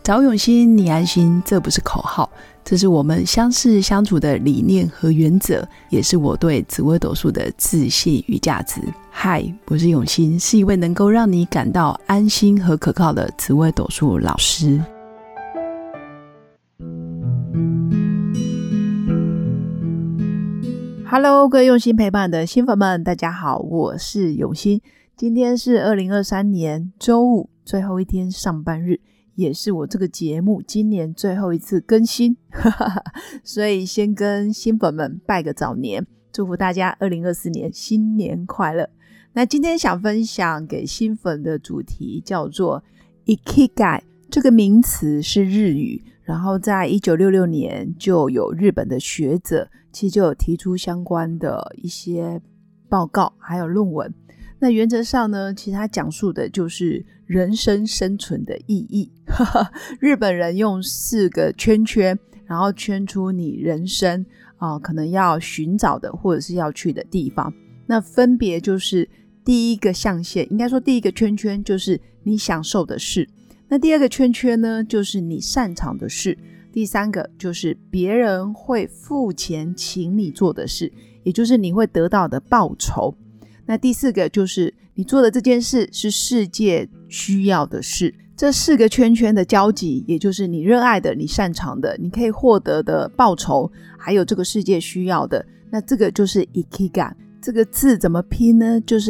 找永新，你安心，这不是口号，这是我们相识相处的理念和原则，也是我对紫微斗数的自信与价值。嗨，我是永新，是一位能够让你感到安心和可靠的紫微斗数老师。Hello， 各位用心陪伴的新粉们，大家好，我是永新。今天是2023年周五最后一天上班日，也是我这个节目今年最后一次更新所以先跟新粉们拜个早年，祝福大家2024年新年快乐。那今天想分享给新粉的主题叫做 Ikigai， 这个名词是日语，然后在1966年就有日本的学者其实就有提出相关的一些报告还有论文。那原则上呢，其实它讲述的就是人生生存的意义日本人用4个圈圈，然后圈出你人生可能要寻找的或者是要去的地方。那分别就是第一个象限，应该说第一个圈圈就是你享受的事，那第二个圈圈呢就是你擅长的事，第三个就是别人会付钱请你做的事，也就是你会得到的报酬。那第4个就是你做的这件事是世界需要的事。这4个圈圈的交集，也就是你热爱的、你擅长的、你可以获得的报酬，还有这个世界需要的，那这个就是 Ikigai。 这个字怎么拼呢？就是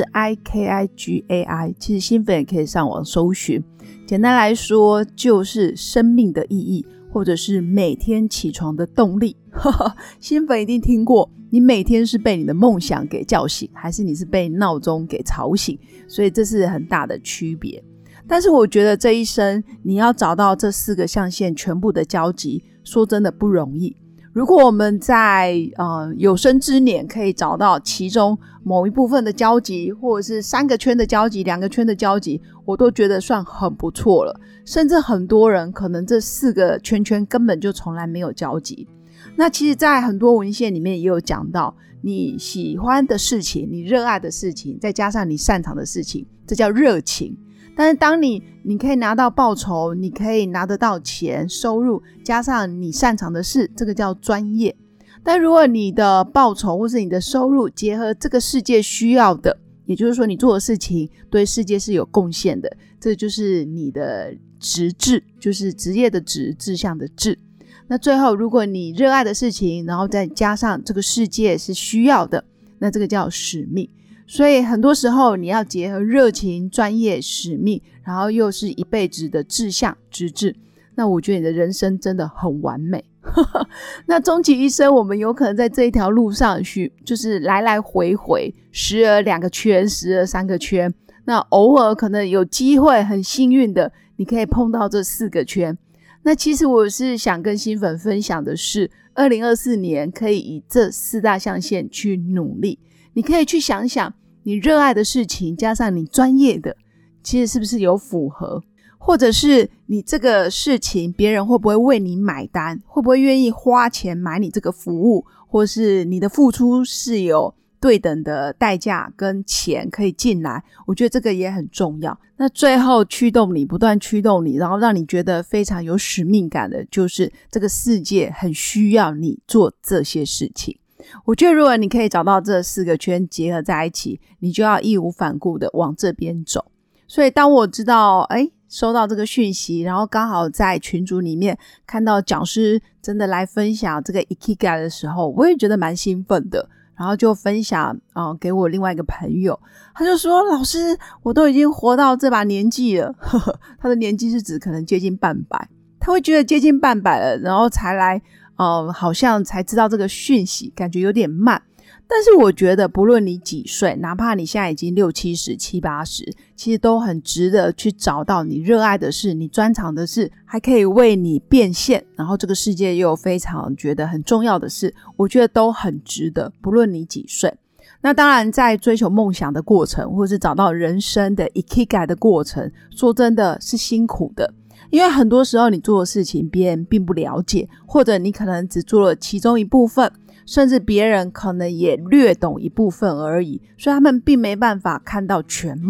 IKIGAI， 其实新粉也可以上网搜寻。简单来说就是生命的意义，或者是每天起床的动力新粉一定听过，你每天是被你的梦想给叫醒，还是你是被闹钟给吵醒，所以这是很大的区别。但是我觉得这一生你要找到这4个象限全部的交集，说真的不容易。如果我们在有生之年可以找到其中某一部分的交集，或者是3个圈的交集、2个圈的交集，我都觉得算很不错了。甚至很多人可能这4个圈圈根本就从来没有交集。那其实在很多文献里面也有讲到，你喜欢的事情、你热爱的事情，再加上你擅长的事情，这叫热情。但是当你可以拿到报酬，你可以拿得到钱收入，加上你擅长的事，这个叫专业。但如果你的报酬或是你的收入结合这个世界需要的，也就是说你做的事情对世界是有贡献的，这就是你的职志，就是职业的职，志向的志。那最后如果你热爱的事情，然后再加上这个世界是需要的，那这个叫使命。所以很多时候你要结合热情、专业、使命，然后又是一辈子的志向、职志，那我觉得你的人生真的很完美那终其一生，我们有可能在这一条路上就是来来回回，时而2个圈，时而3个圈，那偶尔可能有机会很幸运的你可以碰到这4个圈。那其实我是想跟新粉分享的是2024年可以以这4大象限去努力。你可以去想想你热爱的事情加上你专业的，其实是不是有符合，或者是你这个事情别人会不会为你买单，会不会愿意花钱买你这个服务，或是你的付出是有对等的代价跟钱可以进来，我觉得这个也很重要。那最后不断驱动你，然后让你觉得非常有使命感的，就是这个世界很需要你做这些事情。我觉得如果你可以找到这4个圈结合在一起，你就要义无反顾的往这边走。所以当我知道收到这个讯息，然后刚好在群组里面看到讲师真的来分享这个 Ikigai 的时候，我也觉得蛮兴奋的，然后就分享给我另外一个朋友。他就说，老师，我都已经活到这把年纪了他的年纪是指可能接近半百，他会觉得接近半百了然后才来好像才知道这个讯息，感觉有点慢。但是我觉得不论你几岁，哪怕你现在已经60、70、70、80，其实都很值得去找到你热爱的事，你专长的事，还可以为你变现，然后这个世界又有非常觉得很重要的事，我觉得都很值得，不论你几岁。那当然在追求梦想的过程，或是找到人生的 Ikigai 的过程，说真的是辛苦的，因为很多时候你做的事情别人并不了解，或者你可能只做了其中一部分，甚至别人可能也略懂一部分而已，所以他们并没办法看到全貌。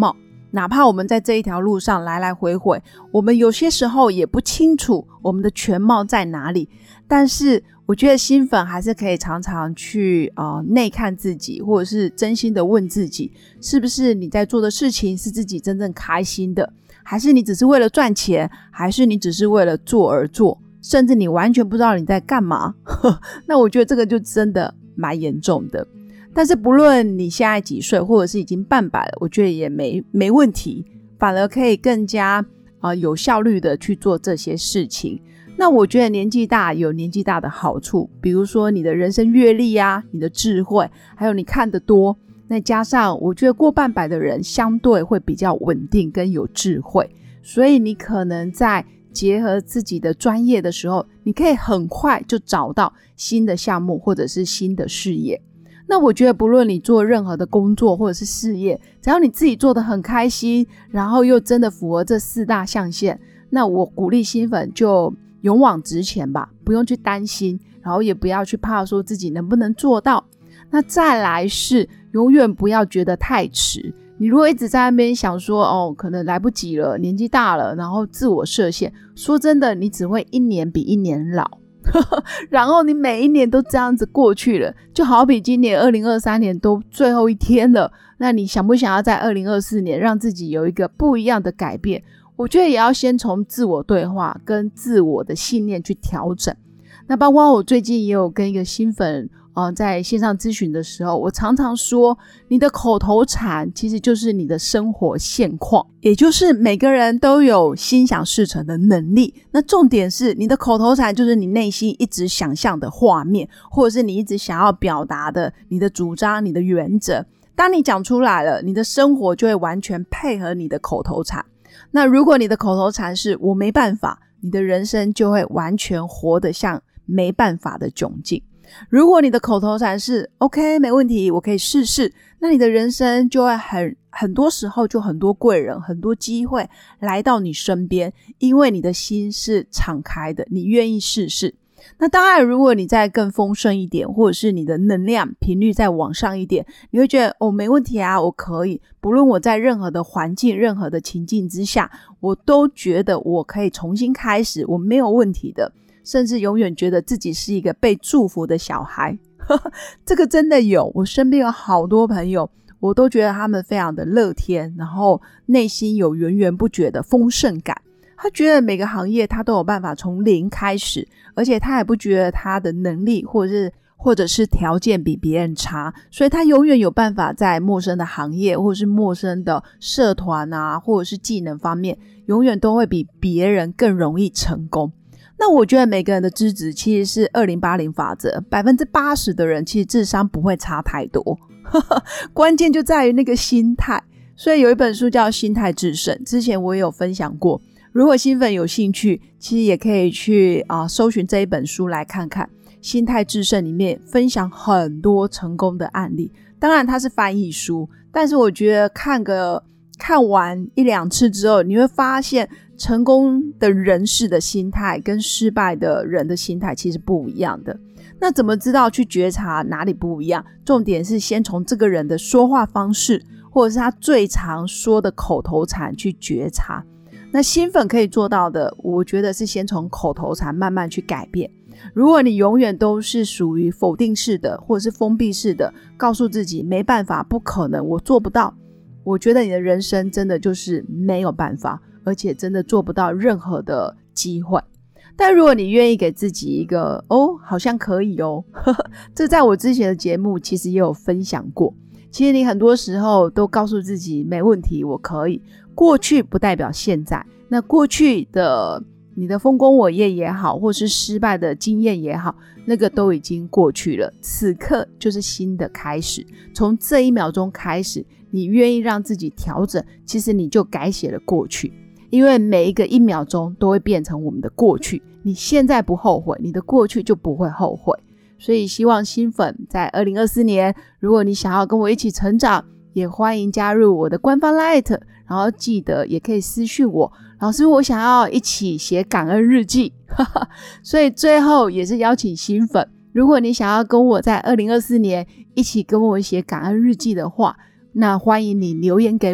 哪怕我们在这一条路上来来回回，我们有些时候也不清楚我们的全貌在哪里，但是我觉得新粉还是可以常常去内看自己，或者是真心的问自己，是不是你在做的事情是自己真正开心的，还是你只是为了赚钱，还是你只是为了做而做，甚至你完全不知道你在干嘛那我觉得这个就真的蛮严重的。但是不论你现在几岁，或者是已经半百了，我觉得也没问题，反而可以更加有效率的去做这些事情。那我觉得年纪大有年纪大的好处，比如说你的人生阅历啊，你的智慧，还有你看得多，那加上我觉得过半百的人相对会比较稳定跟有智慧，所以你可能在结合自己的专业的时候，你可以很快就找到新的项目或者是新的事业。那我觉得不论你做任何的工作或者是事业，只要你自己做得很开心，然后又真的符合这4大象限，那我鼓励新粉就勇往直前吧，不用去担心，然后也不要去怕说自己能不能做到。那再来是永远不要觉得太迟，你如果一直在那边想说可能来不及了，年纪大了，然后自我设限，说真的你只会一年比一年老然后你每一年都这样子过去了，就好比今年2023年都最后一天了，那你想不想要在2024年让自己有一个不一样的改变？我觉得也要先从自我对话跟自我的信念去调整。那包括我最近也有跟一个新粉在线上咨询的时候，我常常说你的口头禅其实就是你的生活现况，也就是每个人都有心想事成的能力，那重点是你的口头禅就是你内心一直想象的画面，或者是你一直想要表达的你的主张，你的原则，当你讲出来了，你的生活就会完全配合你的口头禅。那如果你的口头禅是我没办法，你的人生就会完全活得像没办法的窘境。如果你的口头禅是 OK 没问题，我可以试试，那你的人生就会很多时候就很多贵人，很多机会来到你身边，因为你的心是敞开的，你愿意试试。那当然如果你再更丰盛一点，或者是你的能量频率再往上一点，你会觉得没问题啊，我可以，不论我在任何的环境，任何的情境之下，我都觉得我可以重新开始，我没有问题的，甚至永远觉得自己是一个被祝福的小孩这个真的有，我身边有好多朋友，我都觉得他们非常的乐天，然后内心有源源不绝的丰盛感，他觉得每个行业他都有办法从零开始，而且他也不觉得他的能力或者是条件比别人差，所以他永远有办法在陌生的行业或者是陌生的社团啊，或者是技能方面，永远都会比别人更容易成功。那我觉得每个人的资质其实是2080法则，80%的人其实智商不会差太多关键就在于那个心态。所以有一本书叫心态致胜，之前我也有分享过，如果新粉有兴趣，其实也可以去搜寻这一本书来看看。心态致胜里面分享很多成功的案例，当然它是翻译书，但是我觉得看完1-2次之后，你会发现成功的人士的心态跟失败的人的心态其实不一样的。那怎么知道去觉察哪里不一样？重点是先从这个人的说话方式，或者是他最常说的口头禅去觉察。那新粉可以做到的，我觉得是先从口头禅慢慢去改变。如果你永远都是属于否定式的，或者是封闭式的，告诉自己没办法，不可能，我做不到，我觉得你的人生真的就是没有办法，而且真的做不到任何的机会。但如果你愿意给自己一个好像可以这在我之前的节目其实也有分享过。其实你很多时候都告诉自己没问题，我可以，过去不代表现在，那过去的你的丰功伟业也好，或是失败的经验也好，那个都已经过去了，此刻就是新的开始。从这1秒钟开始，你愿意让自己调整，其实你就改写了过去，因为每一个1秒钟都会变成我们的过去，你现在不后悔，你的过去就不会后悔。所以希望新粉在2024年，如果你想要跟我一起成长，也欢迎加入我的官方 LINE， 然后记得也可以私讯我，老师我想要一起写感恩日记所以最后也是邀请新粉，如果你想要跟我在2024年一起跟我写感恩日记的话，那欢迎你留言给我，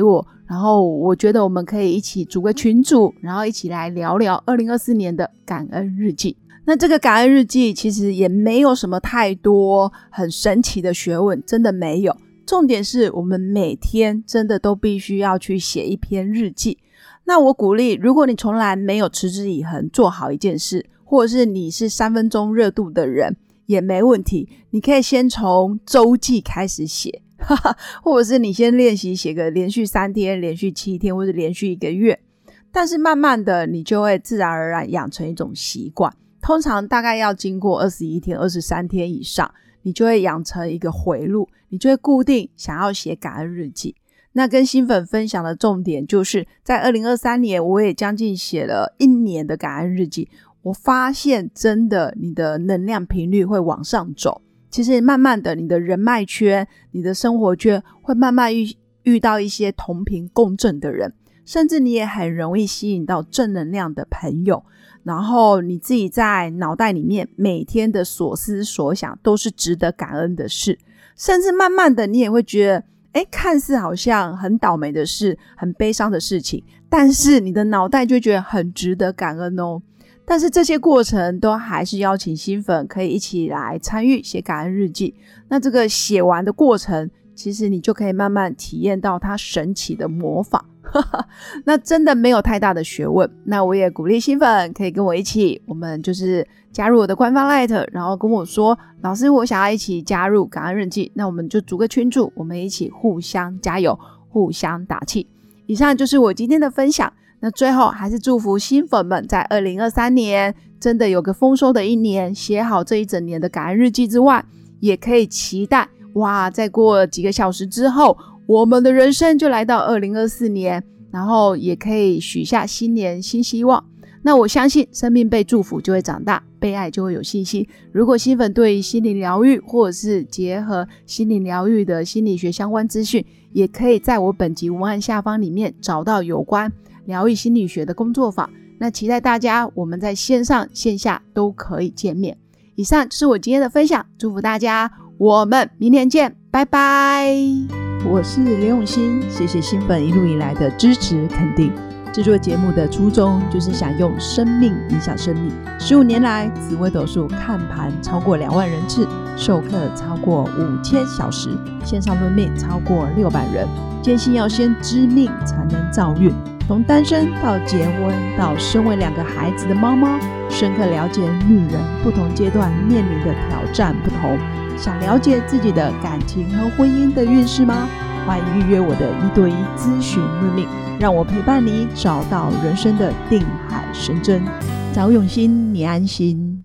然后我觉得我们可以一起组个群组，然后一起来聊聊2024年的感恩日记。那这个感恩日记其实也没有什么太多很神奇的学问，真的没有。重点是我们每天真的都必须要去写一篇日记。那我鼓励，如果你从来没有持之以恒做好一件事，或者是你是3分钟热度的人也没问题，你可以先从周记开始写或者是你先练习写个连续3天、连续7天或者连续1个月，但是慢慢的你就会自然而然养成一种习惯，通常大概要经过21天、23天以上，你就会养成一个回路，你就会固定想要写感恩日记。那跟新粉分享的重点就是在2023年我也将近写了1年的感恩日记，我发现真的你的能量频率会往上走，其实慢慢的你的人脉圈、你的生活圈会慢慢遇到一些同频共振的人，甚至你也很容易吸引到正能量的朋友，然后你自己在脑袋里面每天的所思所想都是值得感恩的事，甚至慢慢的你也会觉得看似好像很倒霉的事、很悲伤的事情，但是你的脑袋就觉得很值得感恩哦。但是这些过程都还是邀请新粉可以一起来参与写感恩日记。那这个写完的过程，其实你就可以慢慢体验到它神奇的魔法那真的没有太大的学问。那我也鼓励新粉可以跟我一起，我们就是加入我的官方 LINE， 然后跟我说老师我想要一起加入感恩日记，那我们就组个群组，我们一起互相加油，互相打气。以上就是我今天的分享。那最后还是祝福新粉们在2023年真的有个丰收的一年，写好这一整年的感恩日记之外，也可以期待哇，再过几个小时之后我们的人生就来到2024年，然后也可以许下新年新希望。那我相信生命被祝福就会长大，被爱就会有信心。如果新粉对心灵疗愈或者是结合心灵疗愈的心理学相关资讯，也可以在我本集文案下方里面找到有关疗愈心理学的工作坊。那期待大家我们在线上线下都可以见面。以上就是我今天的分享，祝福大家，我们明年见，拜拜。我是刘永新，谢谢新粉一路以来的支持肯定。制作节目的初衷就是想用生命影响生命。15年来，紫微斗数看盘超过2万人次，授课超过5000小时，线上论命超过600人。坚信要先知命才能造运，从单身到结婚到身为2个孩子的妈妈，深刻了解女人不同阶段面临的挑战不同。想了解自己的感情和婚姻的运势吗？欢迎预约我的1对1咨询论命，让我陪伴你找到人生的定海神针。找永新，你安心。